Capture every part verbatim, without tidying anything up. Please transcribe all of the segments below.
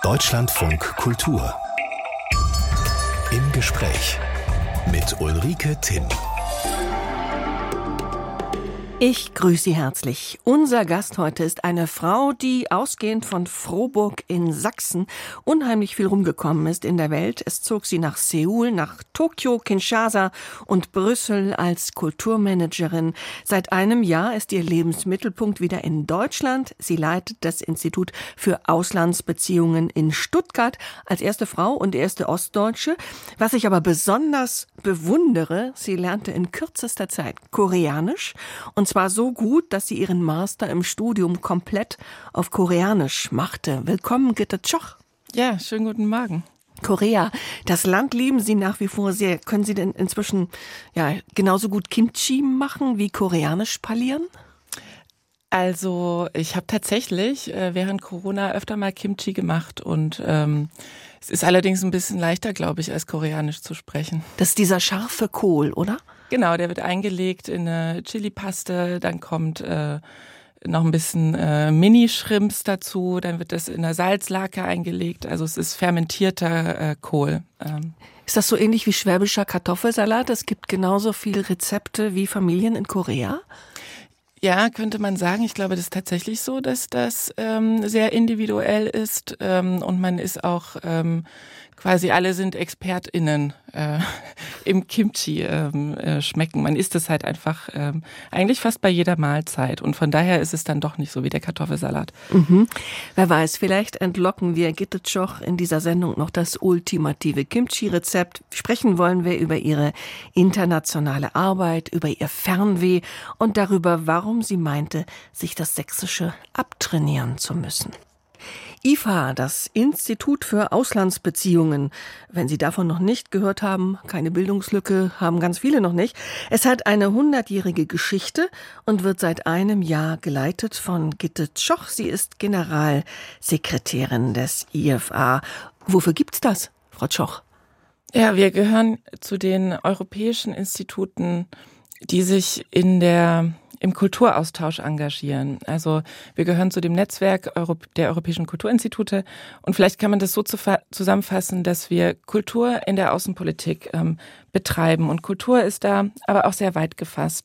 Deutschlandfunk Kultur. Im Gespräch mit Ulrike Timm. Ich grüße Sie herzlich. Unser Gast heute ist eine Frau, die ausgehend von Frohburg in Sachsen unheimlich viel rumgekommen ist in der Welt. Es zog sie nach Seoul, nach Tokio, Kinshasa und Brüssel als Kulturmanagerin. Seit einem Jahr ist ihr Lebensmittelpunkt wieder in Deutschland. Sie leitet das Institut für Auslandsbeziehungen in Stuttgart als erste Frau und erste Ostdeutsche. Was ich aber besonders bewundere, sie lernte in kürzester Zeit Koreanisch, und zwar so gut, dass sie ihren Master im Studium komplett auf Koreanisch machte. Willkommen, Gitte Choch. Ja, schönen guten Morgen. Korea, das Land lieben Sie nach wie vor sehr. Können Sie denn inzwischen ja genauso gut Kimchi machen wie Koreanisch parlieren? Also ich habe tatsächlich äh, während Corona öfter mal Kimchi gemacht und ähm, es ist allerdings ein bisschen leichter, glaube ich, als Koreanisch zu sprechen. Das ist dieser scharfe Kohl, oder? Genau, der wird eingelegt in eine Chili-Paste, dann kommt äh, noch ein bisschen äh, Mini-Shrimps dazu, dann wird das in eine Salzlake eingelegt, also es ist fermentierter äh, Kohl. Ähm. Ist das so ähnlich wie schwäbischer Kartoffelsalat? Es gibt genauso viele Rezepte wie Familien in Korea? Ja, könnte man sagen. Ich glaube, das ist tatsächlich so, dass das ähm, sehr individuell ist ähm, und man ist auch ähm, quasi alle sind ExpertInnen äh, im Kimchi ähm, äh, schmecken. Man isst es halt einfach ähm, eigentlich fast bei jeder Mahlzeit und von daher ist es dann doch nicht so wie der Kartoffelsalat. Mhm. Wer weiß, vielleicht entlocken wir Gitte Choch in dieser Sendung noch das ultimative Kimchi-Rezept. Sprechen wollen wir über ihre internationale Arbeit, über ihr Fernweh und darüber, warum sie meinte, sich das Sächsische abtrainieren zu müssen. I F A, das Institut für Auslandsbeziehungen. Wenn Sie davon noch nicht gehört haben, keine Bildungslücke, haben ganz viele noch nicht. Es hat eine hundertjährige Geschichte und wird seit einem Jahr geleitet von Gitte Choch. Sie ist Generalsekretärin des I F A. Wofür gibt's das, Frau Choch? Ja, wir gehören zu den europäischen Instituten, die sich in der im Kulturaustausch engagieren. Also wir gehören zu dem Netzwerk der Europäischen Kulturinstitute und vielleicht kann man das so zusammenfassen, dass wir Kultur in der Außenpolitik ähm, betreiben und Kultur ist da aber auch sehr weit gefasst.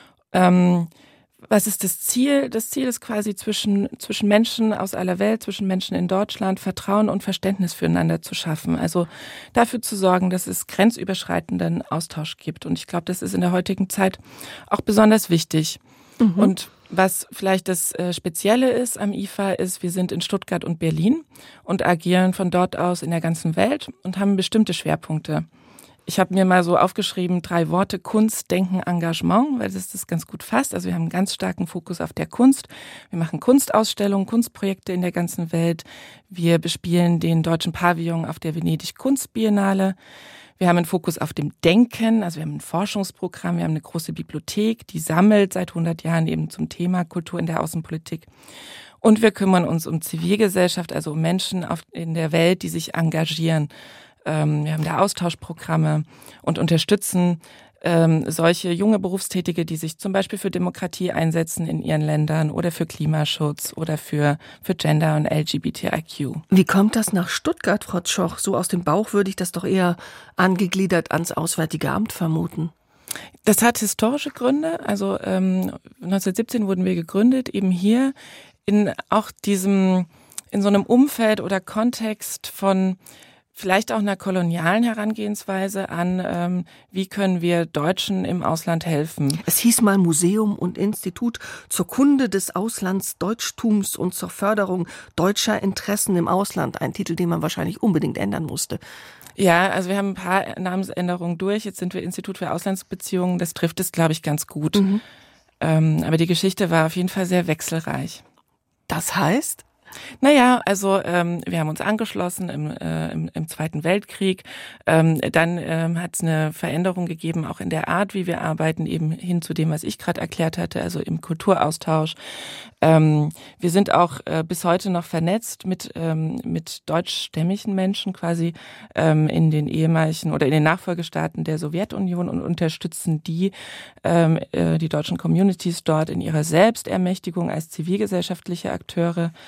Ähm, was ist das Ziel? Das Ziel ist quasi zwischen, zwischen Menschen aus aller Welt, zwischen Menschen in Deutschland, Vertrauen und Verständnis füreinander zu schaffen. Also dafür zu sorgen, dass es grenzüberschreitenden Austausch gibt. Und ich glaube, das ist in der heutigen Zeit auch besonders wichtig. Mhm. Und was vielleicht das Spezielle ist am I F A ist, wir sind in Stuttgart und Berlin und agieren von dort aus in der ganzen Welt und haben bestimmte Schwerpunkte. Ich habe mir mal so aufgeschrieben, drei Worte: Kunst, Denken, Engagement, weil das das ganz gut fasst. Also wir haben einen ganz starken Fokus auf der Kunst. Wir machen Kunstausstellungen, Kunstprojekte in der ganzen Welt. Wir bespielen den deutschen Pavillon auf der Venedig Kunstbiennale. Wir haben einen Fokus auf dem Denken, also wir haben ein Forschungsprogramm, wir haben eine große Bibliothek, die sammelt seit hundert Jahren eben zum Thema Kultur in der Außenpolitik. Und wir kümmern uns um Zivilgesellschaft, also um Menschen auf, in der Welt, die sich engagieren. Wir haben da Austauschprogramme und unterstützen ähm, solche junge Berufstätige, die sich zum Beispiel für Demokratie einsetzen in ihren Ländern oder für Klimaschutz oder für, für Gender und L G B T I Q. Wie kommt das nach Stuttgart, Frau Choch? So aus dem Bauch würde ich das doch eher angegliedert ans Auswärtige Amt vermuten. Das hat historische Gründe. Also ähm, neunzehnhundertsiebzehn wurden wir gegründet, eben hier in auch diesem, in so einem Umfeld oder Kontext von vielleicht auch einer kolonialen Herangehensweise an, ähm, wie können wir Deutschen im Ausland helfen. Es hieß mal Museum und Institut zur Kunde des Auslandsdeutchtums und zur Förderung deutscher Interessen im Ausland. Ein Titel, den man wahrscheinlich unbedingt ändern musste. Ja, also wir haben ein paar Namensänderungen durch. Jetzt sind wir Institut für Auslandsbeziehungen. Das trifft es, glaube ich, ganz gut. Mhm. Ähm, aber die Geschichte war auf jeden Fall sehr wechselreich. Das heißt? Naja, also ähm, wir haben uns angeschlossen im, äh, im, im Zweiten Weltkrieg. Ähm, dann ähm, hat es eine Veränderung gegeben, auch in der Art, wie wir arbeiten, eben hin zu dem, was ich gerade erklärt hatte, also im Kulturaustausch. Ähm, wir sind auch äh, bis heute noch vernetzt mit, ähm, mit deutschstämmigen Menschen quasi ähm, in den ehemaligen oder in den Nachfolgestaaten der Sowjetunion und unterstützen die, ähm, äh, die deutschen Communities dort in ihrer Selbstermächtigung als zivilgesellschaftliche Akteure.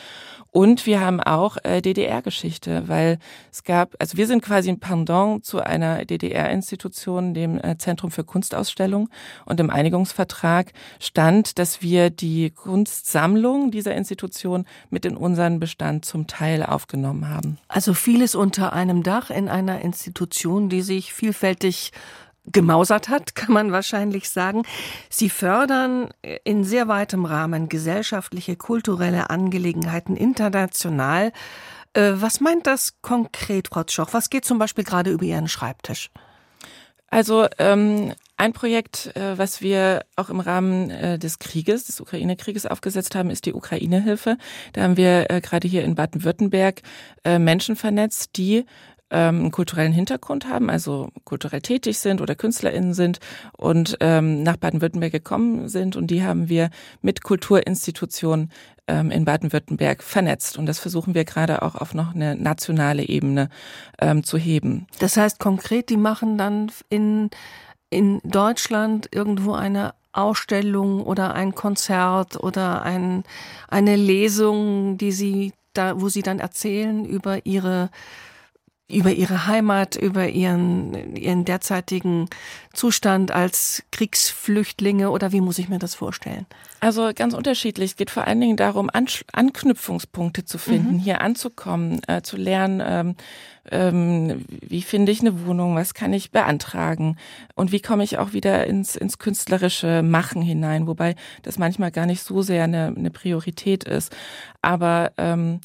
Und wir haben auch äh, D D R-Geschichte, weil es gab, also wir sind quasi ein Pendant zu einer D D R-Institution, dem äh, Zentrum für Kunstausstellung. Und im Einigungsvertrag stand, dass wir die Kunstsammlung dieser Institution mit in unseren Bestand zum Teil aufgenommen haben. Also vieles unter einem Dach in einer Institution, die sich vielfältig gemausert hat, kann man wahrscheinlich sagen. Sie fördern in sehr weitem Rahmen gesellschaftliche, kulturelle Angelegenheiten international. Was meint das konkret, Frau Tschoch? Was geht zum Beispiel gerade über Ihren Schreibtisch? Also ähm, ein Projekt, äh, was wir auch im Rahmen äh, des Krieges, des Ukraine-Krieges aufgesetzt haben, ist die Ukraine-Hilfe. Da haben wir äh, gerade hier in Baden-Württemberg äh, Menschen vernetzt, die einen kulturellen Hintergrund haben, also kulturell tätig sind oder KünstlerInnen sind und ähm, nach Baden-Württemberg gekommen sind, und die haben wir mit Kulturinstitutionen ähm, in Baden-Württemberg vernetzt, und das versuchen wir gerade auch auf noch eine nationale Ebene ähm, zu heben. Das heißt konkret, die machen dann in, in Deutschland irgendwo eine Ausstellung oder ein Konzert oder ein, eine Lesung, die sie da, wo sie dann erzählen über ihre über ihre Heimat, über ihren, ihren derzeitigen Zustand als Kriegsflüchtlinge, oder wie muss ich mir das vorstellen? Also ganz unterschiedlich. Es geht vor allen Dingen darum, An- Anknüpfungspunkte zu finden, mhm. hier anzukommen, äh, zu lernen, ähm, ähm, wie finde ich eine Wohnung, was kann ich beantragen und wie komme ich auch wieder ins, ins künstlerische Machen hinein, wobei das manchmal gar nicht so sehr eine, eine Priorität ist. Aber ähm,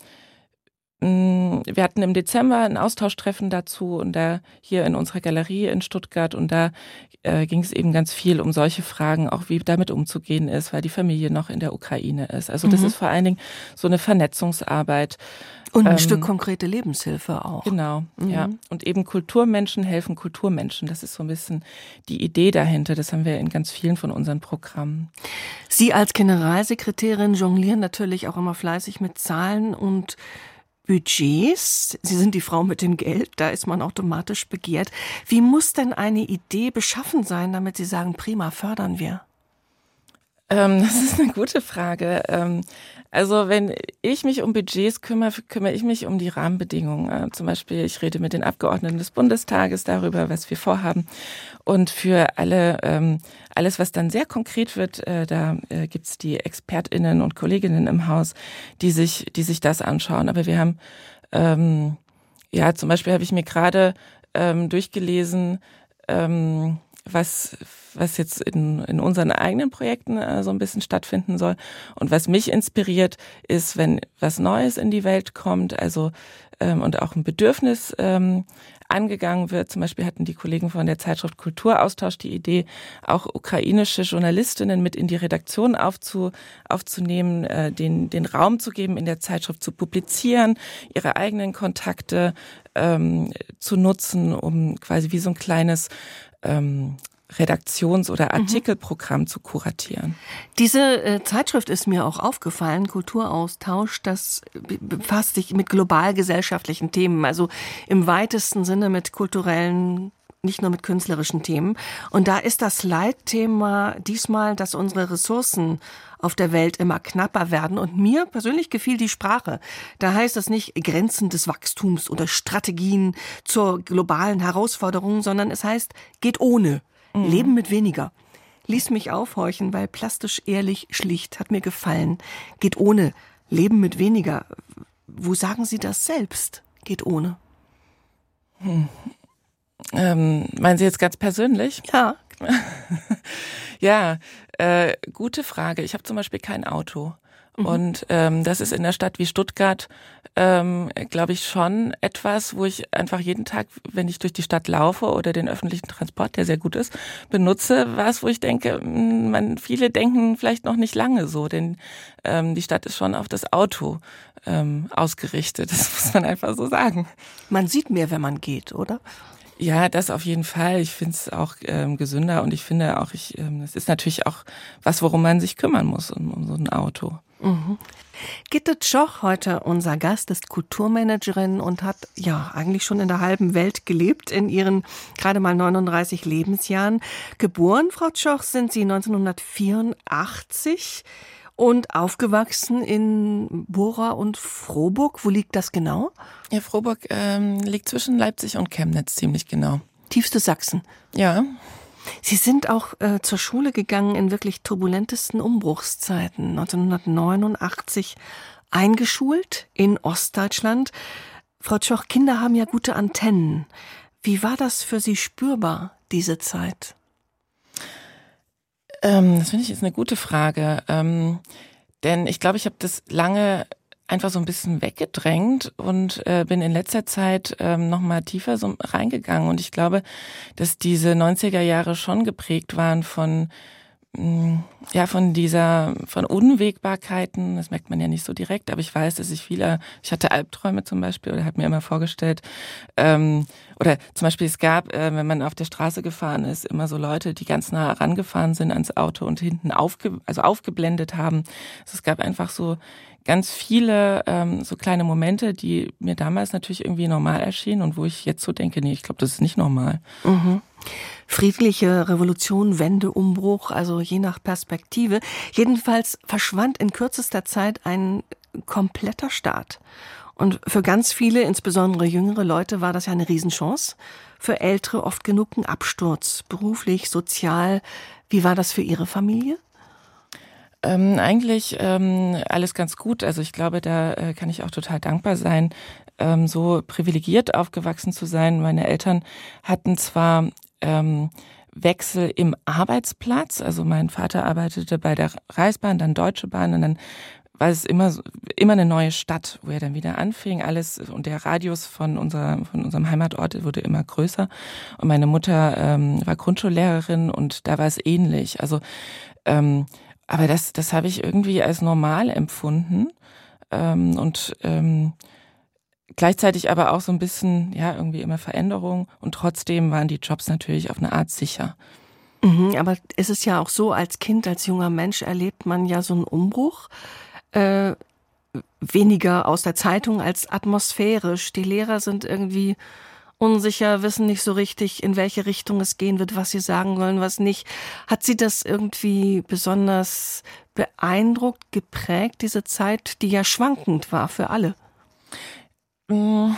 wir hatten im Dezember ein Austauschtreffen dazu, und da hier in unserer Galerie in Stuttgart, und da äh, ging es eben ganz viel um solche Fragen, auch wie damit umzugehen ist, weil die Familie noch in der Ukraine ist. Also das mhm. ist vor allen Dingen so eine Vernetzungsarbeit. Und ein ähm, Stück konkrete Lebenshilfe auch. Genau, mhm. ja. Und eben Kulturmenschen helfen Kulturmenschen. Das ist so ein bisschen die Idee dahinter. Das haben wir in ganz vielen von unseren Programmen. Sie als Generalsekretärin jonglieren natürlich auch immer fleißig mit Zahlen und Budgets. Sie sind die Frau mit dem Geld, da ist man automatisch begehrt. Wie muss denn eine Idee beschaffen sein, damit Sie sagen, prima, fördern wir? Ähm, das ist eine gute Frage. Ähm, also wenn ich mich um Budgets kümmere, kümmere ich mich um die Rahmenbedingungen. Äh, zum Beispiel, ich rede mit den Abgeordneten des Bundestages darüber, was wir vorhaben. Und für alle ähm, alles, was dann sehr konkret wird, äh, da äh, gibt's die ExpertInnen und Kolleginnen im Haus, die sich, die sich das anschauen. Aber wir haben, ähm, ja, zum Beispiel habe ich mir gerade ähm, durchgelesen, ähm, was was jetzt in in unseren eigenen Projekten äh, so ein bisschen stattfinden soll. Und was mich inspiriert, ist, wenn was Neues in die Welt kommt, also ähm, und auch ein Bedürfnis ähm, angegangen wird. Zum Beispiel hatten die Kollegen von der Zeitschrift Kulturaustausch die Idee, auch ukrainische Journalistinnen mit in die Redaktion aufzu, aufzunehmen, äh, den, den Raum zu geben, in der Zeitschrift zu publizieren, ihre eigenen Kontakte ähm, zu nutzen, um quasi wie so ein kleines ähm, Redaktions- oder Artikelprogramm mhm. zu kuratieren. Diese äh, Zeitschrift ist mir auch aufgefallen, Kulturaustausch, das befasst sich mit globalgesellschaftlichen Themen, also im weitesten Sinne mit kulturellen, nicht nur mit künstlerischen Themen. Und da ist das Leitthema diesmal, dass unsere Ressourcen auf der Welt immer knapper werden. Und mir persönlich gefiel die Sprache. Da heißt es nicht Grenzen des Wachstums oder Strategien zur globalen Herausforderung, sondern es heißt, geht ohne. Mhm. Leben mit weniger. Ließ mich aufhorchen, weil plastisch, ehrlich, schlicht, hat mir gefallen. Geht ohne. Leben mit weniger. Wo sagen Sie das selbst? Geht ohne. Hm. Ähm, meinen Sie jetzt ganz persönlich? Ja. ja, äh, gute Frage. Ich habe zum Beispiel kein Auto. Mhm. Und ähm, das ist in der Stadt wie Stuttgart, ähm, glaube ich, schon etwas, wo ich einfach jeden Tag, wenn ich durch die Stadt laufe oder den öffentlichen Transport, der sehr gut ist, benutze, was, wo ich denke, man, viele denken vielleicht noch nicht lange so, denn ähm, die Stadt ist schon auf das Auto ähm, ausgerichtet. Das muss man einfach so sagen. Man sieht mehr, wenn man geht, oder? Ja, das auf jeden Fall. Ich finde es auch ähm, gesünder, und ich finde auch, ich, ähm, es ist natürlich auch was, worum man sich kümmern muss, um, um so ein Auto. Mhm. Gitte Tschoch, heute unser Gast, ist Kulturmanagerin und hat ja eigentlich schon in der halben Welt gelebt, in ihren gerade mal neununddreißig Lebensjahren. Geboren, Frau Tschoch, sind Sie neunzehnhundertvierundachtzig Und aufgewachsen in Bora und Frohburg. Wo liegt das genau? Ja, Frohburg ähm, liegt zwischen Leipzig und Chemnitz ziemlich genau. Tiefstes Sachsen. Ja. Sie sind auch äh, zur Schule gegangen in wirklich turbulentesten Umbruchszeiten. neunzehnhundertneunundachtzig eingeschult in Ostdeutschland. Frau Tschoch, Kinder haben ja gute Antennen. Wie war das für Sie spürbar, diese Zeit? Ähm, das finde ich jetzt eine gute Frage. Ähm, denn ich glaube, ich habe das lange einfach so ein bisschen weggedrängt und äh, bin in letzter Zeit ähm, noch mal tiefer so reingegangen. Und ich glaube, dass diese neunziger Jahre schon geprägt waren von ja, von dieser, von Unwägbarkeiten, das merkt man ja nicht so direkt, aber ich weiß, dass ich viele, ich hatte Albträume zum Beispiel oder habe mir immer vorgestellt, ähm, oder zum Beispiel es gab, äh, wenn man auf der Straße gefahren ist, immer so Leute, die ganz nah rangefahren sind ans Auto und hinten aufge, also aufgeblendet haben. Also es gab einfach so ganz viele ähm, so kleine Momente, die mir damals natürlich irgendwie normal erschienen und wo ich jetzt so denke, nee, ich glaube, das ist nicht normal. Mhm. Friedliche Revolution, Wende, Umbruch, also je nach Perspektive. Jedenfalls verschwand in kürzester Zeit ein kompletter Staat. Und für ganz viele, insbesondere jüngere Leute, war das ja eine Riesenchance. Für Ältere oft genug ein Absturz, beruflich, sozial. Wie war das für Ihre Familie? Ähm, eigentlich ähm, alles ganz gut. Also ich glaube, da äh, kann ich auch total dankbar sein, ähm, so privilegiert aufgewachsen zu sein. Meine Eltern hatten zwar ähm, Wechsel im Arbeitsplatz, also mein Vater arbeitete bei der Reichsbahn, dann Deutsche Bahn und dann war es immer immer eine neue Stadt, wo er dann wieder anfing. Alles und der Radius von unserer von unserem Heimatort wurde immer größer. Und meine Mutter ähm, war Grundschullehrerin und da war es ähnlich. Also ähm, aber das, das habe ich irgendwie als normal empfunden ähm, und ähm, gleichzeitig aber auch so ein bisschen, ja, irgendwie immer Veränderung und trotzdem waren die Jobs natürlich auf eine Art sicher. Mhm, aber es ist ja auch so, als Kind, als junger Mensch erlebt man ja so einen Umbruch, äh, weniger aus der Zeitung als atmosphärisch. Die Lehrer sind irgendwie unsicher, wissen nicht so richtig, in welche Richtung es gehen wird, was sie sagen wollen, was nicht. Hat Sie das irgendwie besonders beeindruckt, geprägt, diese Zeit, die ja schwankend war für alle? Na,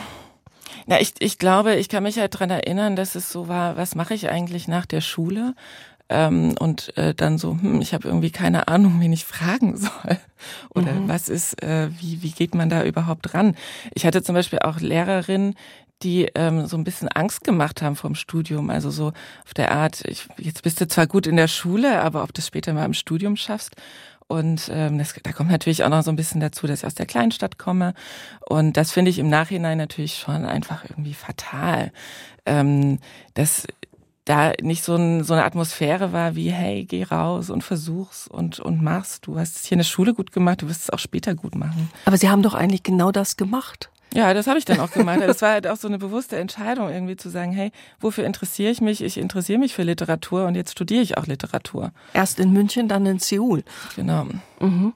ich, ich glaube, ich kann mich halt dran erinnern, dass es so war, was mache ich eigentlich nach der Schule? Ähm, und äh, dann so, hm, ich habe irgendwie keine Ahnung, wen ich fragen soll. Oder mhm. was ist, äh, wie, wie geht man da überhaupt ran? Ich hatte zum Beispiel auch Lehrerinnen, die ähm, so ein bisschen Angst gemacht haben vom Studium. Also so auf der Art, ich, jetzt bist du zwar gut in der Schule, aber ob du es später mal im Studium schaffst. Und ähm, das, da kommt natürlich auch noch so ein bisschen dazu, dass ich aus der Kleinstadt komme. Und das finde ich im Nachhinein natürlich schon einfach irgendwie fatal. Ähm, dass da nicht so, ein, so eine Atmosphäre war wie, hey, geh raus und versuch's und, und mach's. Du hast es hier in der Schule gut gemacht, du wirst es auch später gut machen. Aber Sie haben doch eigentlich genau das gemacht. Ja, das habe ich dann auch gemacht. Das war halt auch so eine bewusste Entscheidung, irgendwie zu sagen, hey, wofür interessiere ich mich? Ich interessiere mich für Literatur und jetzt studiere ich auch Literatur. Erst in München, dann in Seoul. Genau. Mhm.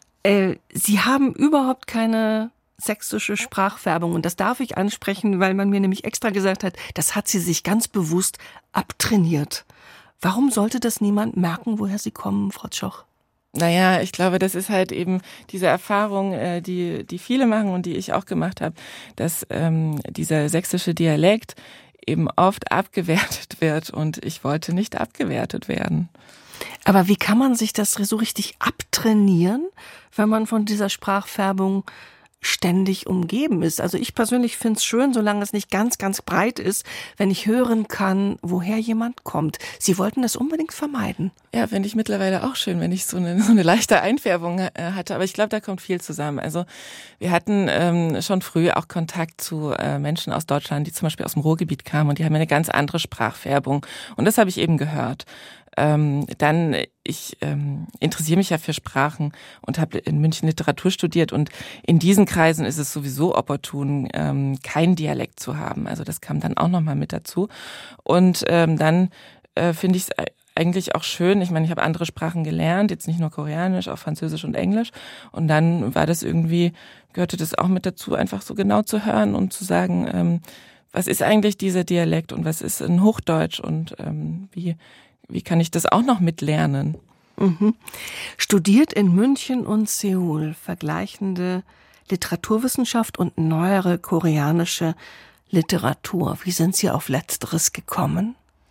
Äh, Sie haben überhaupt keine sächsische Sprachfärbung und das darf ich ansprechen, weil man mir nämlich extra gesagt hat, das hat sie sich ganz bewusst abtrainiert. Warum sollte das niemand merken, woher Sie kommen, Frau Tschoch? Naja, ich glaube, das ist halt eben diese Erfahrung, äh, die die viele machen und die ich auch gemacht habe, dass ähm, dieser sächsische Dialekt eben oft abgewertet wird und ich wollte nicht abgewertet werden. Aber wie kann man sich das so richtig abtrainieren, wenn man von dieser Sprachfärbung ständig umgeben ist? Also ich persönlich finde es schön, solange es nicht ganz, ganz breit ist, wenn ich hören kann, woher jemand kommt. Sie wollten das unbedingt vermeiden. Ja, finde ich mittlerweile auch schön, wenn ich so eine, so eine leichte Einfärbung äh, hatte. Aber ich glaube, da kommt viel zusammen. Also wir hatten ähm, schon früh auch Kontakt zu äh, Menschen aus Deutschland, die zum Beispiel aus dem Ruhrgebiet kamen und die haben eine ganz andere Sprachfärbung. Und das habe ich eben gehört. Ähm, dann, ich ähm, interessiere mich ja für Sprachen und habe in München Literatur studiert und in diesen Kreisen ist es sowieso opportun, ähm, keinen Dialekt zu haben. Also das kam dann auch nochmal mit dazu. Und ähm, dann äh, finde ich es eigentlich auch schön, ich meine, ich habe andere Sprachen gelernt, jetzt nicht nur Koreanisch, auch Französisch und Englisch. Und dann war das irgendwie, gehörte das auch mit dazu, einfach so genau zu hören und zu sagen, ähm, was ist eigentlich dieser Dialekt und was ist ein Hochdeutsch und ähm, wie Wie kann ich das auch noch mitlernen? Mhm. Studiert in München und Seoul, vergleichende Literaturwissenschaft und neuere koreanische Literatur. Wie sind Sie auf Letzteres gekommen?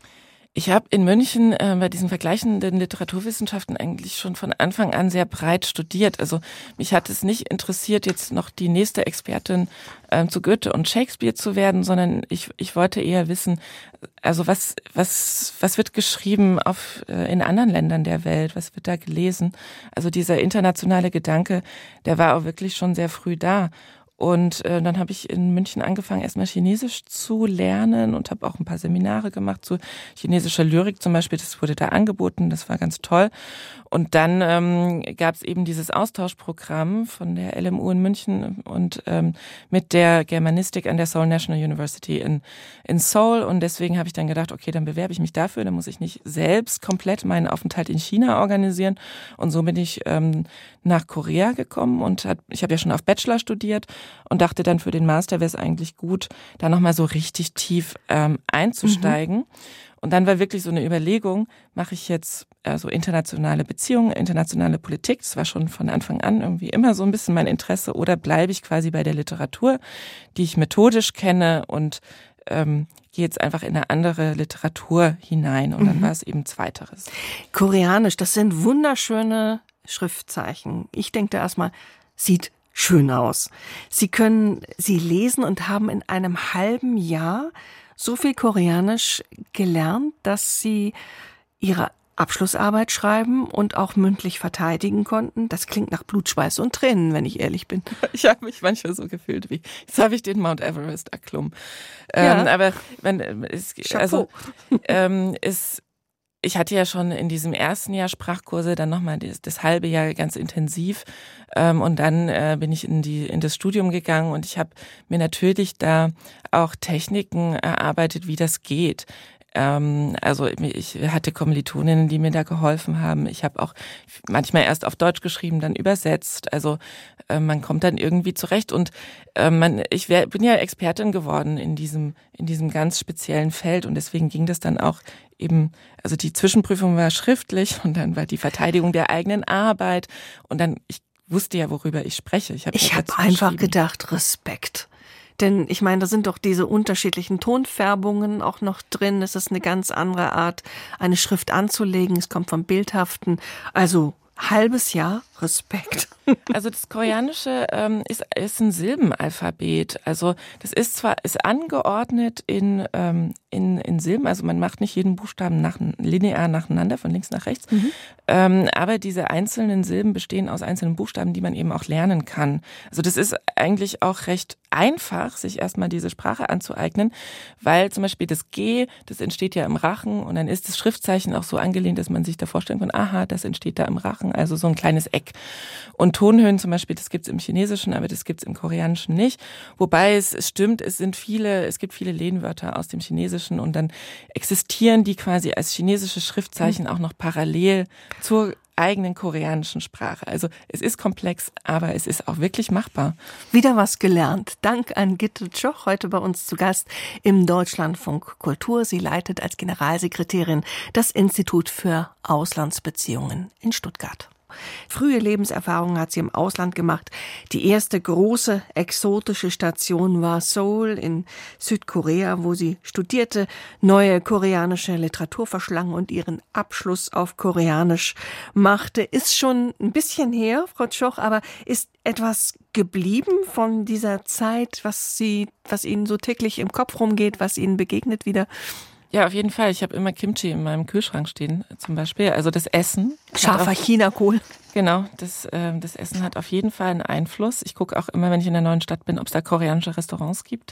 Ich habe in München äh, bei diesen vergleichenden Literaturwissenschaften eigentlich schon von Anfang an sehr breit studiert. Also mich hat es nicht interessiert, jetzt noch die nächste Expertin äh, zu Goethe und Shakespeare zu werden, sondern ich ich wollte eher wissen, also was was was wird geschrieben auf äh, in anderen Ländern der Welt, was wird da gelesen? Also dieser internationale Gedanke, der war auch wirklich schon sehr früh da. Und äh, dann habe ich in München angefangen, erstmal Chinesisch zu lernen und habe auch ein paar Seminare gemacht zu chinesischer Lyrik zum Beispiel. Das wurde da angeboten, das war ganz toll. Und dann ähm, gab es eben dieses Austauschprogramm von der L M U in München und ähm, mit der Germanistik an der Seoul National University in, in Seoul. Und deswegen habe ich dann gedacht, okay, dann bewerbe ich mich dafür. Dann muss ich nicht selbst komplett meinen Aufenthalt in China organisieren. Und so bin ich ähm, nach Korea gekommen und hat, ich habe ja schon auf Bachelor studiert und dachte dann, für den Master wäre es eigentlich gut, da nochmal so richtig tief ähm, einzusteigen. Mhm. Und dann war wirklich so eine Überlegung, mache ich jetzt also internationale Beziehungen, internationale Politik, das war schon von Anfang an irgendwie immer so ein bisschen mein Interesse, oder bleibe ich quasi bei der Literatur, die ich methodisch kenne und ähm, gehe jetzt einfach in eine andere Literatur hinein. Und dann mhm. war es eben Zweiteres. Koreanisch, das sind wunderschöne Schriftzeichen. Ich denke da erstmal, sieht schön aus. Sie können sie lesen und haben in einem halben Jahr so viel Koreanisch gelernt, dass Sie Ihre Abschlussarbeit schreiben und auch mündlich verteidigen konnten. Das klingt nach Blut, Schweiß und Tränen, wenn ich ehrlich bin. Ich habe mich manchmal so gefühlt wie, jetzt habe ich den Mount Everest erklommen. Ja. Ähm, aber man, es, also ähm, es Ich hatte ja schon in diesem ersten Jahr Sprachkurse, dann nochmal das, das halbe Jahr ganz intensiv ähm, und dann äh, bin ich in die in das Studium gegangen und ich habe mir natürlich da auch Techniken erarbeitet, wie das geht. Ähm, also ich hatte Kommilitoninnen, die mir da geholfen haben. Ich habe auch manchmal erst auf Deutsch geschrieben, dann übersetzt. Also äh, man kommt dann irgendwie zurecht und äh, man, ich wär, bin ja Expertin geworden in diesem in diesem ganz speziellen Feld und deswegen ging das dann auch eben, also die Zwischenprüfung war schriftlich und dann war die Verteidigung der eigenen Arbeit und dann, ich wusste ja, worüber ich spreche. Ich habe ich hab einfach gedacht, Respekt. Denn ich meine, da sind doch diese unterschiedlichen Tonfärbungen auch noch drin. Es ist eine ganz andere Art, eine Schrift anzulegen. Es kommt vom Bildhaften. Also halbes Jahr, Respekt. Also das Koreanische ähm, ist, ist ein Silbenalphabet. Also das ist zwar ist angeordnet in, ähm, in, in Silben, also man macht nicht jeden Buchstaben nach, linear nacheinander, von links nach rechts, mhm. ähm, aber diese einzelnen Silben bestehen aus einzelnen Buchstaben, die man eben auch lernen kann. Also das ist eigentlich auch recht einfach, sich erstmal diese Sprache anzueignen, weil zum Beispiel das G, das entsteht ja im Rachen und dann ist das Schriftzeichen auch so angelehnt, dass man sich da vorstellen kann, aha, das entsteht da im Rachen, also so ein kleines Eck. Und Tonhöhen zum Beispiel, das gibt's im Chinesischen, aber das gibt's im Koreanischen nicht. Wobei es, es stimmt, es sind viele, es gibt viele Lehnwörter aus dem Chinesischen und dann existieren die quasi als chinesische Schriftzeichen auch noch parallel zur eigenen koreanischen Sprache. Also es ist komplex, aber es ist auch wirklich machbar. Wieder was gelernt. Dank an Gitte Tschoch, heute bei uns zu Gast im Deutschlandfunk Kultur. Sie leitet als Generalsekretärin das Institut für Auslandsbeziehungen in Stuttgart. Frühe Lebenserfahrungen hat sie im Ausland gemacht. Die erste große exotische Station war Seoul in Südkorea, wo sie studierte, neue koreanische Literatur verschlang und ihren Abschluss auf Koreanisch machte. Ist schon ein bisschen her, Frau Tschoch, aber ist etwas geblieben von dieser Zeit, was sie, was Ihnen so täglich im Kopf rumgeht, was Ihnen begegnet wieder? Ja, auf jeden Fall. Ich habe immer Kimchi in meinem Kühlschrank stehen, zum Beispiel. Also das Essen. Scharfer Chinakohl. Genau, das, äh, das Essen hat auf jeden Fall einen Einfluss. Ich gucke auch immer, wenn ich in der neuen Stadt bin, ob es da koreanische Restaurants gibt.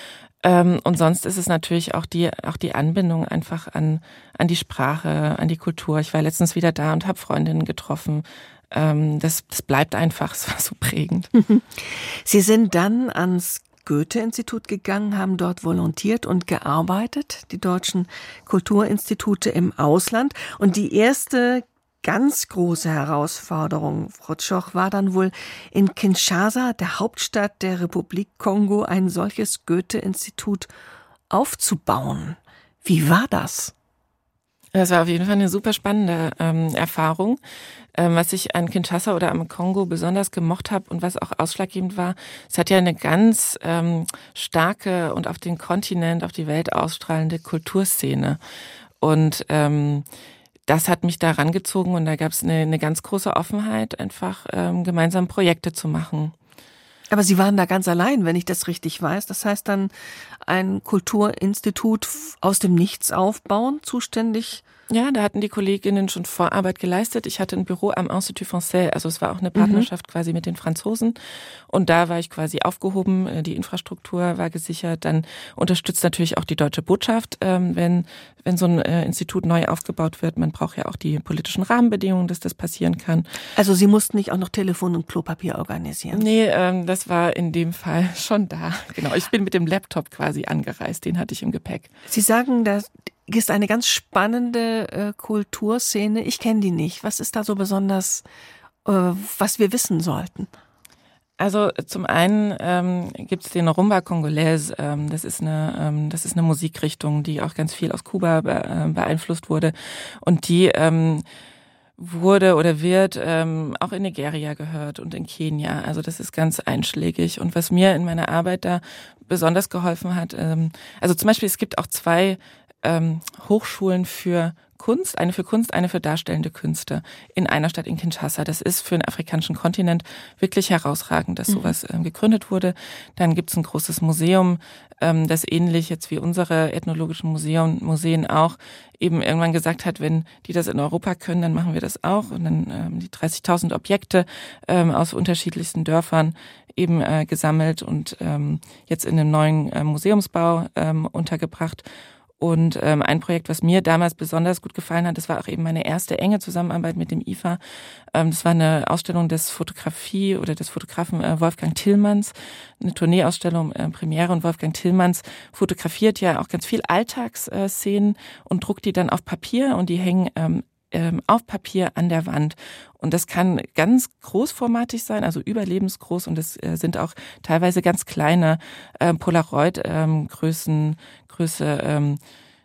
Ähm, und sonst ist es natürlich auch die, auch die Anbindung einfach an, an die Sprache, an die Kultur. Ich war letztens wieder da und habe Freundinnen getroffen. Ähm, das, das bleibt einfach, es war so prägend. Sie sind dann ans Goethe-Institut gegangen, haben dort volontiert und gearbeitet, die deutschen Kulturinstitute im Ausland. Und die erste ganz große Herausforderung, Frau Tschoch, war dann wohl in Kinshasa, der Hauptstadt der Republik Kongo, ein solches Goethe-Institut aufzubauen. Wie war das? Das war auf jeden Fall eine super spannende ähm, Erfahrung. Ähm, was ich an Kinshasa oder am Kongo besonders gemocht habe und was auch ausschlaggebend war, es hat ja eine ganz ähm, starke und auf den Kontinent, auf die Welt ausstrahlende Kulturszene. Und ähm, das hat mich da rangezogen und da gab es eine, eine ganz große Offenheit, einfach ähm, gemeinsam Projekte zu machen. Aber Sie waren da ganz allein, wenn ich das richtig weiß. Das heißt dann ein Kulturinstitut aus dem Nichts aufbauen, zuständig? Ja, da hatten die Kolleginnen schon Vorarbeit geleistet. Ich hatte ein Büro am Institut Français, also es war auch eine Partnerschaft mhm. quasi mit den Franzosen. Und da war ich quasi aufgehoben, die Infrastruktur war gesichert. Dann unterstützt natürlich auch die Deutsche Botschaft, wenn, wenn so ein Institut neu aufgebaut wird. Man braucht ja auch die politischen Rahmenbedingungen, dass das passieren kann. Also Sie mussten nicht auch noch Telefon und Klopapier organisieren? Nee, das war in dem Fall schon da. Genau, ich bin mit dem Laptop quasi angereist, den hatte ich im Gepäck. Sie sagen, dass ist eine ganz spannende äh, Kulturszene. Ich kenne die nicht. Was ist da so besonders, äh, was wir wissen sollten? Also zum einen ähm, gibt es den Rumba Congolaise. Ähm, das ist eine, ähm, das ist eine Musikrichtung, die auch ganz viel aus Kuba be- äh, beeinflusst wurde und die ähm, wurde oder wird ähm, auch in Nigeria gehört und in Kenia. Also das ist ganz einschlägig. Und was mir in meiner Arbeit da besonders geholfen hat, ähm, also zum Beispiel es gibt auch zwei Ähm, Hochschulen für Kunst, eine für Kunst, eine für darstellende Künste in einer Stadt in Kinshasa. Das ist für den afrikanischen Kontinent wirklich herausragend, dass sowas ähm, gegründet wurde. Dann gibt's ein großes Museum, ähm, das ähnlich jetzt wie unsere ethnologischen Museum, Museen auch eben irgendwann gesagt hat, wenn die das in Europa können, dann machen wir das auch. Und dann ähm, die dreißigtausend Objekte ähm, aus unterschiedlichsten Dörfern eben äh, gesammelt und ähm, jetzt in einem neuen äh, Museumsbau ähm, untergebracht. Und ähm, ein Projekt, was mir damals besonders gut gefallen hat, das war auch eben meine erste enge Zusammenarbeit mit dem I F A. Ähm, das war eine Ausstellung des Fotografie oder des Fotografen äh, Wolfgang Tillmanns, eine Tourneeausstellung, äh, Premiere. Und Wolfgang Tillmanns fotografiert ja auch ganz viel Alltagsszenen und druckt die dann auf Papier und die hängen ähm, ähm, auf Papier an der Wand. Und das kann ganz großformatig sein, also überlebensgroß. Und das äh, sind auch teilweise ganz kleine äh, Polaroid-Größen, ähm, Größe ähm,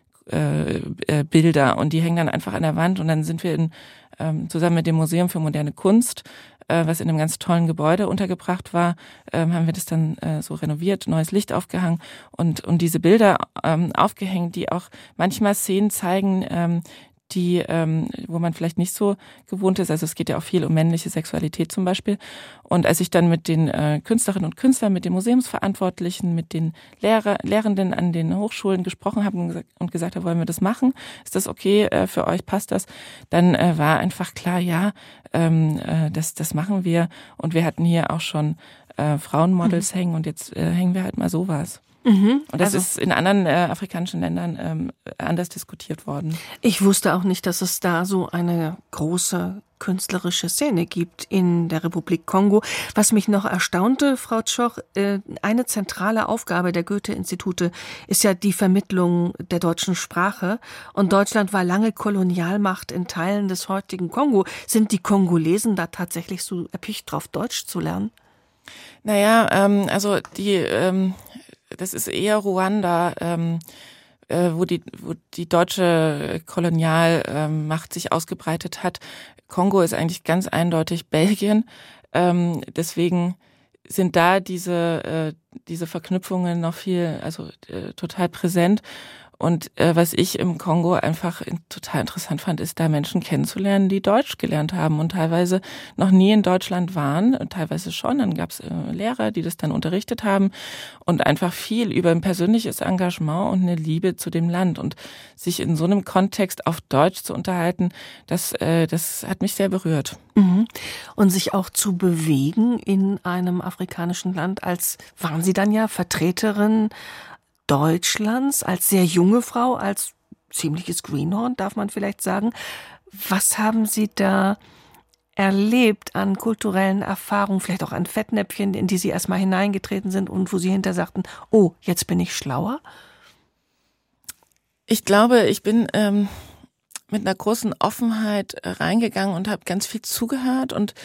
äh, äh, Bilder. Und die hängen dann einfach an der Wand. Und dann sind wir in, ähm, zusammen mit dem Museum für moderne Kunst, äh, was in einem ganz tollen Gebäude untergebracht war, ähm, haben wir das dann äh, so renoviert, neues Licht aufgehangen und, und diese Bilder ähm, aufgehängt, die auch manchmal Szenen zeigen, ähm, die, ähm, wo man vielleicht nicht so gewohnt ist. Also es geht ja auch viel um männliche Sexualität zum Beispiel. Und als ich dann mit den äh, Künstlerinnen und Künstlern, mit den Museumsverantwortlichen, mit den Lehrer, Lehrenden an den Hochschulen gesprochen habe und gesagt, und gesagt habe, wollen wir das machen? Ist das okay äh, für euch? Passt das? Dann äh, war einfach klar, ja, ähm, äh, das, das machen wir. Und wir hatten hier auch schon äh, Frauenmodels mhm. hängen und jetzt äh, hängen wir halt mal sowas. Mhm, und das also, ist in anderen äh, afrikanischen Ländern ähm, anders diskutiert worden. Ich wusste auch nicht, dass es da so eine große künstlerische Szene gibt in der Republik Kongo. Was mich noch erstaunte, Frau Tschoch, äh, eine zentrale Aufgabe der Goethe-Institute ist ja die Vermittlung der deutschen Sprache. Und Deutschland war lange Kolonialmacht in Teilen des heutigen Kongo. Sind die Kongolesen da tatsächlich so erpicht drauf, Deutsch zu lernen? Naja, ähm, also die... Ähm Das ist eher Ruanda, ähm, äh, wo die wo die deutsche Kolonialmacht ähm, sich ausgebreitet hat. Kongo ist eigentlich ganz eindeutig Belgien. Ähm, deswegen sind da diese äh, diese Verknüpfungen noch viel, also äh, total präsent. Und äh, was ich im Kongo einfach in, total interessant fand, ist, da Menschen kennenzulernen, die Deutsch gelernt haben und teilweise noch nie in Deutschland waren, und teilweise schon. Dann gab es äh, Lehrer, die das dann unterrichtet haben und einfach viel über ein persönliches Engagement und eine Liebe zu dem Land. Und sich in so einem Kontext auf Deutsch zu unterhalten, das, äh, das hat mich sehr berührt. Mhm. Und sich auch zu bewegen in einem afrikanischen Land, als waren Sie dann ja Vertreterin Deutschlands, als sehr junge Frau, als ziemliches Greenhorn, darf man vielleicht sagen. Was haben Sie da erlebt an kulturellen Erfahrungen, vielleicht auch an Fettnäpfchen, in die Sie erstmal hineingetreten sind und wo Sie hinterher sagten, oh, jetzt bin ich schlauer? Ich glaube, ich bin ähm, mit einer großen Offenheit reingegangen und habe ganz viel zugehört und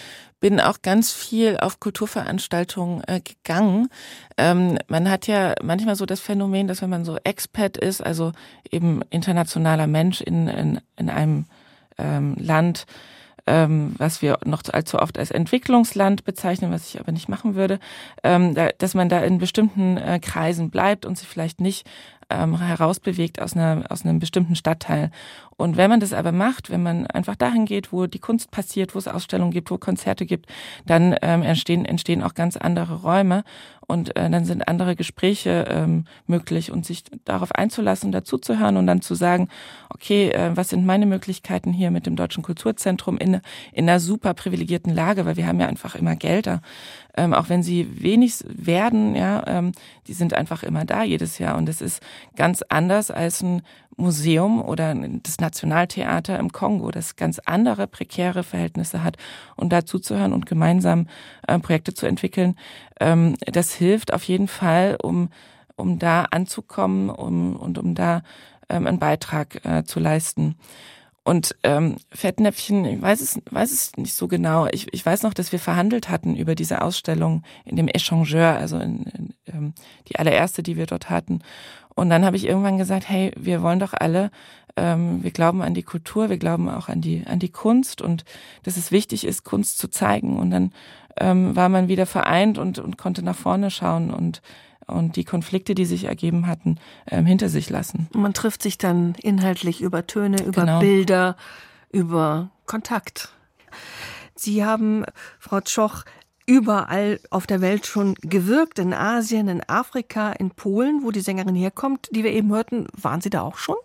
bin auch ganz viel auf Kulturveranstaltungen äh, gegangen. Ähm, man hat ja manchmal so das Phänomen, dass wenn man so Expat ist, also eben internationaler Mensch in, in, in einem ähm, Land, ähm, was wir noch allzu oft als Entwicklungsland bezeichnen, was ich aber nicht machen würde, ähm, da, dass man da in bestimmten äh, Kreisen bleibt und sich vielleicht nicht ähm, herausbewegt aus einer aus einem bestimmten Stadtteil. Und wenn man das aber macht, wenn man einfach dahin geht, wo die Kunst passiert, wo es Ausstellungen gibt, wo Konzerte gibt, dann ähm, entstehen entstehen auch ganz andere Räume und äh, dann sind andere Gespräche ähm, möglich und sich darauf einzulassen, dazuzuhören und dann zu sagen, okay, äh, was sind meine Möglichkeiten hier mit dem Deutschen Kulturzentrum in in einer super privilegierten Lage, weil wir haben ja einfach immer Gelder, ähm, auch wenn sie wenig werden, ja, ähm, die sind einfach immer da jedes Jahr und es ist ganz anders als ein Museum oder das Nationaltheater im Kongo, das ganz andere prekäre Verhältnisse hat und dazu zu hören und gemeinsam äh, Projekte zu entwickeln, ähm, das hilft auf jeden Fall, um um da anzukommen um, und um da ähm, einen Beitrag äh, zu leisten. Und ähm, Fettnäpfchen, ich weiß es, weiß es nicht so genau. Ich, ich weiß noch, dass wir verhandelt hatten über diese Ausstellung in dem Échangeur, also in, in, ähm, die allererste, die wir dort hatten. Und dann habe ich irgendwann gesagt, hey, wir wollen doch alle, ähm, wir glauben an die Kultur, wir glauben auch an die an die Kunst und dass es wichtig ist, Kunst zu zeigen. Und dann ähm, war man wieder vereint und und konnte nach vorne schauen und und die Konflikte, die sich ergeben hatten, ähm, hinter sich lassen. Man trifft sich dann inhaltlich über Töne, über Genau. Bilder, über Kontakt. Sie haben, Frau Tschoch, überall auf der Welt schon gewirkt, in Asien, in Afrika, in Polen, wo die Sängerin herkommt, die wir eben hörten. Waren Sie da auch schon?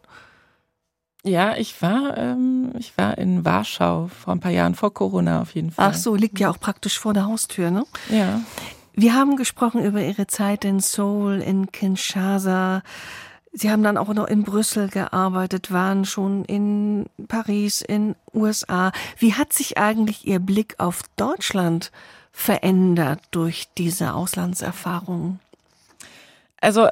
Ja, ich war, ähm, ich war in Warschau vor ein paar Jahren, vor Corona auf jeden Fall. Ach so, liegt ja auch praktisch vor der Haustür, ne? Ja. Wir haben gesprochen über Ihre Zeit in Seoul, in Kinshasa. Sie haben dann auch noch in Brüssel gearbeitet, waren schon in Paris, in U S A. Wie hat sich eigentlich Ihr Blick auf Deutschland verändert durch diese Auslandserfahrungen? Also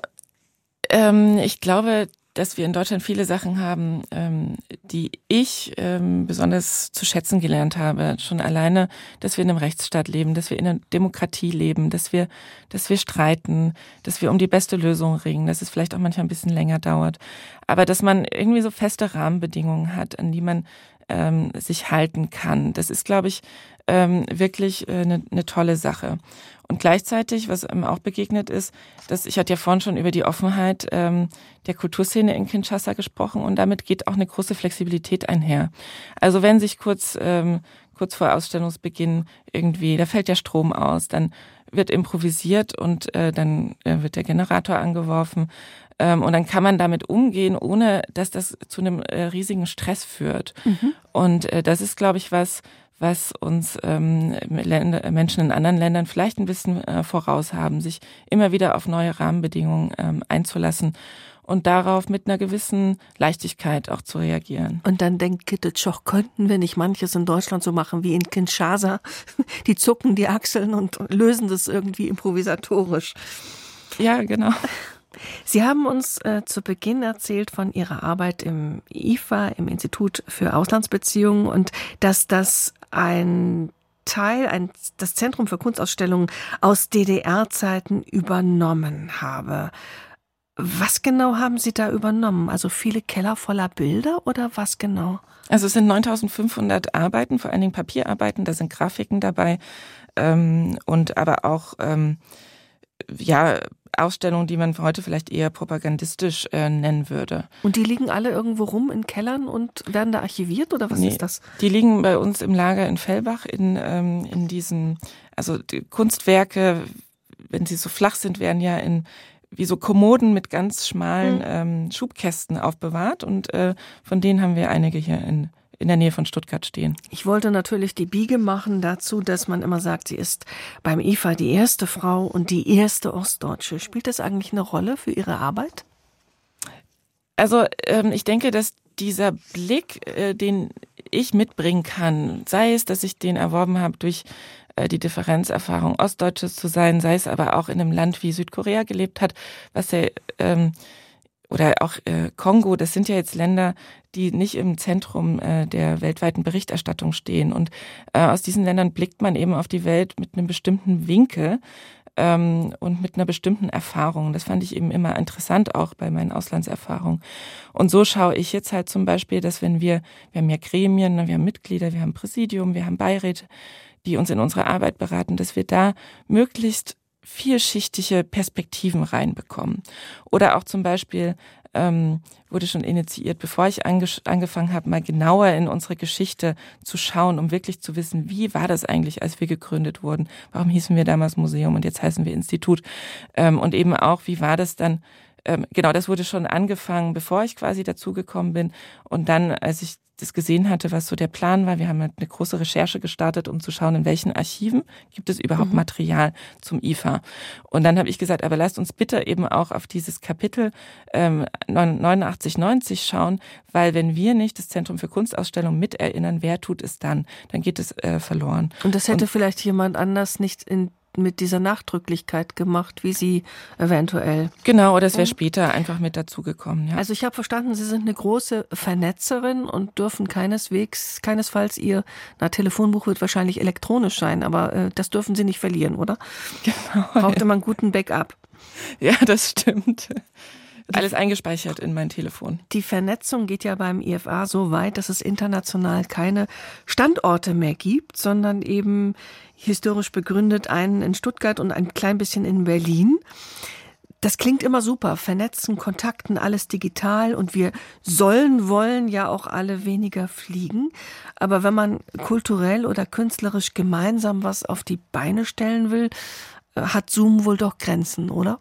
ähm, ich glaube, dass wir in Deutschland viele Sachen haben, ähm, die ich ähm, besonders zu schätzen gelernt habe. Schon alleine, dass wir in einem Rechtsstaat leben, dass wir in einer Demokratie leben, dass wir, dass wir streiten, dass wir um die beste Lösung ringen, dass es vielleicht auch manchmal ein bisschen länger dauert. Aber dass man irgendwie so feste Rahmenbedingungen hat, an die man ähm, sich halten kann. Das ist, glaube ich, ähm, wirklich äh, eine, eine tolle Sache. Und gleichzeitig, was einem auch begegnet ist, dass ich hatte ja vorhin schon über die Offenheit ähm, der Kulturszene in Kinshasa gesprochen und damit geht auch eine große Flexibilität einher. Also wenn sich kurz ähm, kurz vor Ausstellungsbeginn irgendwie, da fällt der Strom aus, dann wird improvisiert und äh, dann äh, wird der Generator angeworfen ähm, und dann kann man damit umgehen, ohne dass das zu einem äh, riesigen Stress führt. Mhm. Und äh, das ist, glaube ich, was was uns ähm, Länder, Menschen in anderen Ländern vielleicht ein bisschen äh, voraus haben, sich immer wieder auf neue Rahmenbedingungen ähm, einzulassen und darauf mit einer gewissen Leichtigkeit auch zu reagieren. Und dann denkt Gitte Tschoch, könnten wir nicht manches in Deutschland so machen wie in Kinshasa? Die zucken die Achseln und lösen das irgendwie improvisatorisch. Ja, genau. Sie haben uns äh, zu Beginn erzählt von Ihrer Arbeit im I F A, im Institut für Auslandsbeziehungen, und dass das ein Teil, ein, das Zentrum für Kunstausstellungen aus D D R-Zeiten übernommen habe. Was genau haben Sie da übernommen? Also viele Keller voller Bilder oder was genau? Also es sind neuntausendfünfhundert Arbeiten, vor allen Dingen Papierarbeiten, da sind Grafiken dabei ähm, und aber auch ähm, ja Ausstellungen, die man heute vielleicht eher propagandistisch äh, nennen würde. Und die liegen alle irgendwo rum in Kellern und werden da archiviert oder was nee, ist das? Die liegen bei uns im Lager in Fellbach in ähm, in diesen, also die Kunstwerke, wenn sie so flach sind, werden ja in wie so Kommoden mit ganz schmalen mhm. ähm, Schubkästen aufbewahrt und äh, von denen haben wir einige hier in in der Nähe von Stuttgart stehen. Ich wollte natürlich die Biege machen dazu, dass man immer sagt, sie ist beim I F A die erste Frau und die erste Ostdeutsche. Spielt das eigentlich eine Rolle für Ihre Arbeit? Also ähm, ich denke, dass dieser Blick, äh, den ich mitbringen kann, sei es, dass ich den erworben habe durch äh, die Differenzerfahrung, Ostdeutsches zu sein, sei es aber auch in einem Land wie Südkorea gelebt hat, was ja ähm, oder auch äh, Kongo, das sind ja jetzt Länder, die nicht im Zentrum äh, der weltweiten Berichterstattung stehen. Und äh, aus diesen Ländern blickt man eben auf die Welt mit einem bestimmten Winkel ähm, und mit einer bestimmten Erfahrung. Das fand ich eben immer interessant, auch bei meinen Auslandserfahrungen. Und so schaue ich jetzt halt zum Beispiel, dass wenn wir, wir haben ja Gremien, wir haben Mitglieder, wir haben Präsidium, wir haben Beiräte, die uns in unserer Arbeit beraten, dass wir da möglichst vielschichtige Perspektiven reinbekommen. Oder auch zum Beispiel ähm, wurde schon initiiert, bevor ich ange- angefangen habe, mal genauer in unsere Geschichte zu schauen, um wirklich zu wissen, wie war das eigentlich, als wir gegründet wurden? Warum hießen wir damals Museum und jetzt heißen wir Institut? Ähm, und eben auch, wie war das dann? Ähm, genau, das wurde schon angefangen, bevor ich quasi dazugekommen bin. Und dann, als ich das gesehen hatte, was so der Plan war. Wir haben eine große Recherche gestartet, um zu schauen, in welchen Archiven gibt es überhaupt mhm. Material zum I F A. Und dann habe ich gesagt, aber lasst uns bitte eben auch auf dieses Kapitel ähm, neunundachtzig neunzig schauen, weil wenn wir nicht das Zentrum für Kunstausstellung miterinnern, wer tut es dann? Dann geht es äh, verloren. Und das hätte Und, vielleicht jemand anders nicht in mit dieser Nachdrücklichkeit gemacht, wie Sie eventuell. Genau, oder es wäre später einfach mit dazugekommen. Ja. Also ich habe verstanden, Sie sind eine große Vernetzerin und dürfen keineswegs, keinesfalls Ihr na, Telefonbuch wird wahrscheinlich elektronisch sein, aber äh, das dürfen Sie nicht verlieren, oder? Genau. Braucht immer einen guten Backup. Ja, das stimmt. Alles eingespeichert in mein Telefon. Die Vernetzung geht ja beim I F A so weit, dass es international keine Standorte mehr gibt, sondern eben historisch begründet einen in Stuttgart und ein klein bisschen in Berlin. Das klingt immer super. Vernetzen, Kontakten, alles digital und wir sollen, wollen ja auch alle weniger fliegen. Aber wenn man kulturell oder künstlerisch gemeinsam was auf die Beine stellen will, hat Zoom wohl doch Grenzen, oder?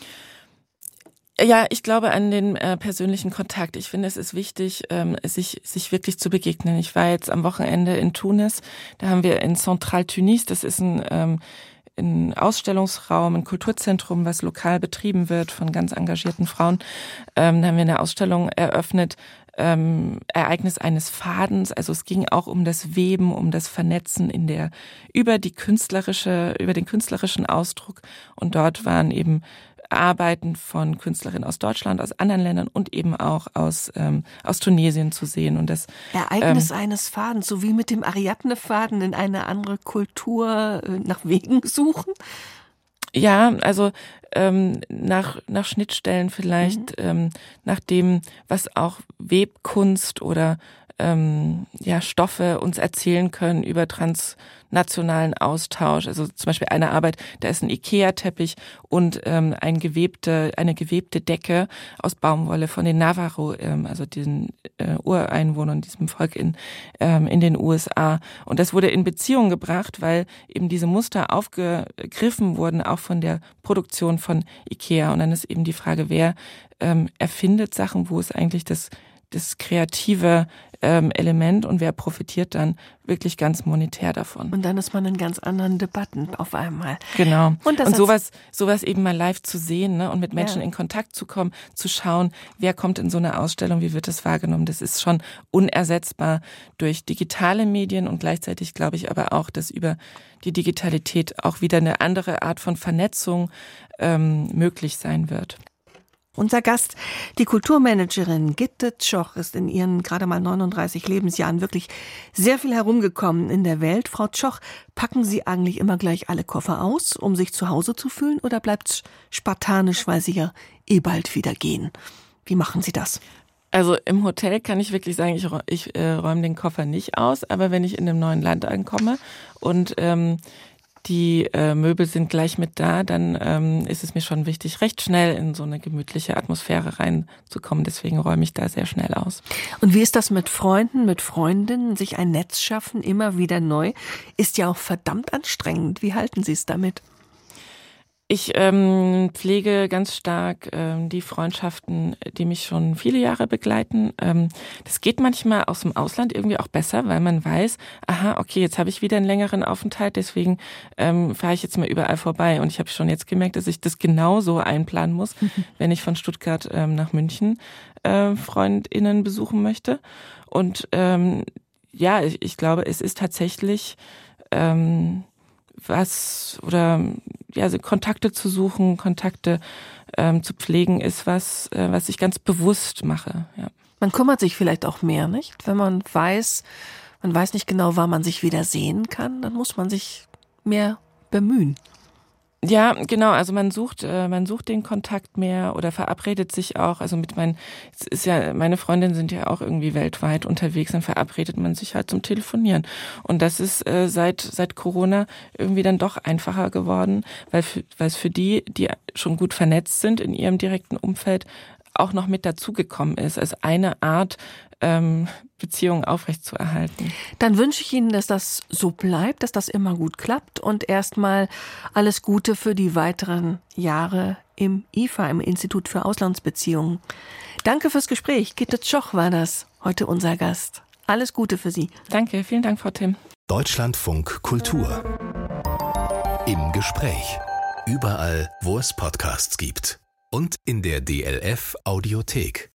Ja, ich glaube an den äh, persönlichen Kontakt. Ich finde, es ist wichtig, ähm, sich sich wirklich zu begegnen. Ich war jetzt am Wochenende in Tunis. Da haben wir in Central Tunis, das ist ein, ähm, ein Ausstellungsraum, ein Kulturzentrum, was lokal betrieben wird von ganz engagierten Frauen. Ähm, da haben wir eine Ausstellung eröffnet, ähm, Ereignis eines Fadens. Also es ging auch um das Weben, um das Vernetzen in der über die künstlerische, über den künstlerischen Ausdruck. Und dort waren eben Arbeiten von Künstlerinnen aus Deutschland, aus anderen Ländern und eben auch aus ähm, aus Tunesien zu sehen. Und das Ereignis ähm, eines Fadens, so wie mit dem Ariadne-Faden in eine andere Kultur äh, nach Wegen suchen? Ja, also ähm, nach nach Schnittstellen vielleicht, mhm. ähm, nach dem, was auch Webkunst oder ähm, ja Stoffe uns erzählen können über transnationalen Austausch. Also zum Beispiel eine Arbeit, da ist ein Ikea-Teppich und ähm, ein gewebte, eine gewebte Decke aus Baumwolle von den Navajo, ähm, also den äh, Ureinwohnern, diesem Volk in ähm, in den U S A. Und das wurde in Beziehung gebracht, weil eben diese Muster aufgegriffen wurden, auch von der Produktion von Ikea. Und dann ist eben die Frage, wer ähm, erfindet Sachen, wo es eigentlich das das kreative ähm, Element und wer profitiert dann wirklich ganz monetär davon. Und dann ist man in ganz anderen Debatten auf einmal. Genau. Und, das und sowas, sowas eben mal live zu sehen, ne, und mit Menschen ja. in Kontakt zu kommen, zu schauen, wer kommt in so eine Ausstellung, wie wird das wahrgenommen, das ist schon unersetzbar durch digitale Medien und gleichzeitig glaube ich aber auch, dass über die Digitalität auch wieder eine andere Art von Vernetzung ähm, möglich sein wird. Unser Gast, die Kulturmanagerin Gitte Tschoch, ist in ihren gerade mal neununddreißig Lebensjahren wirklich sehr viel herumgekommen in der Welt. Frau Tschoch, packen Sie eigentlich immer gleich alle Koffer aus, um sich zu Hause zu fühlen, oder bleibt es spartanisch, weil Sie ja eh bald wieder gehen? Wie machen Sie das? Also im Hotel kann ich wirklich sagen, ich, ich äh, räume den Koffer nicht aus, aber wenn ich in einem neuen Land ankomme und ähm, die äh, Möbel sind gleich mit da, dann ähm, ist es mir schon wichtig, recht schnell in so eine gemütliche Atmosphäre reinzukommen. Deswegen räume ich da sehr schnell aus. Und wie ist das mit Freunden, mit Freundinnen? Sich ein Netz schaffen, immer wieder neu, ist ja auch verdammt anstrengend. Wie halten Sie es damit? Ich ähm, pflege ganz stark ähm, die Freundschaften, die mich schon viele Jahre begleiten. Ähm, das geht manchmal aus dem Ausland irgendwie auch besser, weil man weiß, aha, okay, jetzt habe ich wieder einen längeren Aufenthalt, deswegen ähm, fahre ich jetzt mal überall vorbei. Und ich habe schon jetzt gemerkt, dass ich das genauso einplanen muss, wenn ich von Stuttgart ähm, nach München äh, FreundInnen besuchen möchte. Und ähm, ja, ich, ich glaube, es ist tatsächlich ähm, was oder ja, also Kontakte zu suchen, Kontakte ähm, zu pflegen, ist was, äh, was ich ganz bewusst mache. Ja. Man kümmert sich vielleicht auch mehr, nicht? Wenn man weiß, man weiß nicht genau, wann man sich wieder sehen kann, dann muss man sich mehr bemühen. Ja, genau. Also man sucht, äh, man sucht den Kontakt mehr oder verabredet sich auch. Also mit meinen, es ist ja, meine Freundinnen sind ja auch irgendwie weltweit unterwegs, dann verabredet man sich halt zum Telefonieren. Und das ist äh, seit seit Corona irgendwie dann doch einfacher geworden, weil für, weil es für die, die schon gut vernetzt sind in ihrem direkten Umfeld, auch noch mit dazugekommen ist, als eine Art ähm, Beziehung aufrechtzuerhalten. Dann wünsche ich Ihnen, dass das so bleibt, dass das immer gut klappt und erstmal alles Gute für die weiteren Jahre im I F A, im Institut für Auslandsbeziehungen. Danke fürs Gespräch. Gitte Tschoch war das, heute unser Gast. Alles Gute für Sie. Danke, vielen Dank, Frau Timm. Deutschlandfunk Kultur. Im Gespräch. Überall, wo es Podcasts gibt. Und in der D L F Audiothek.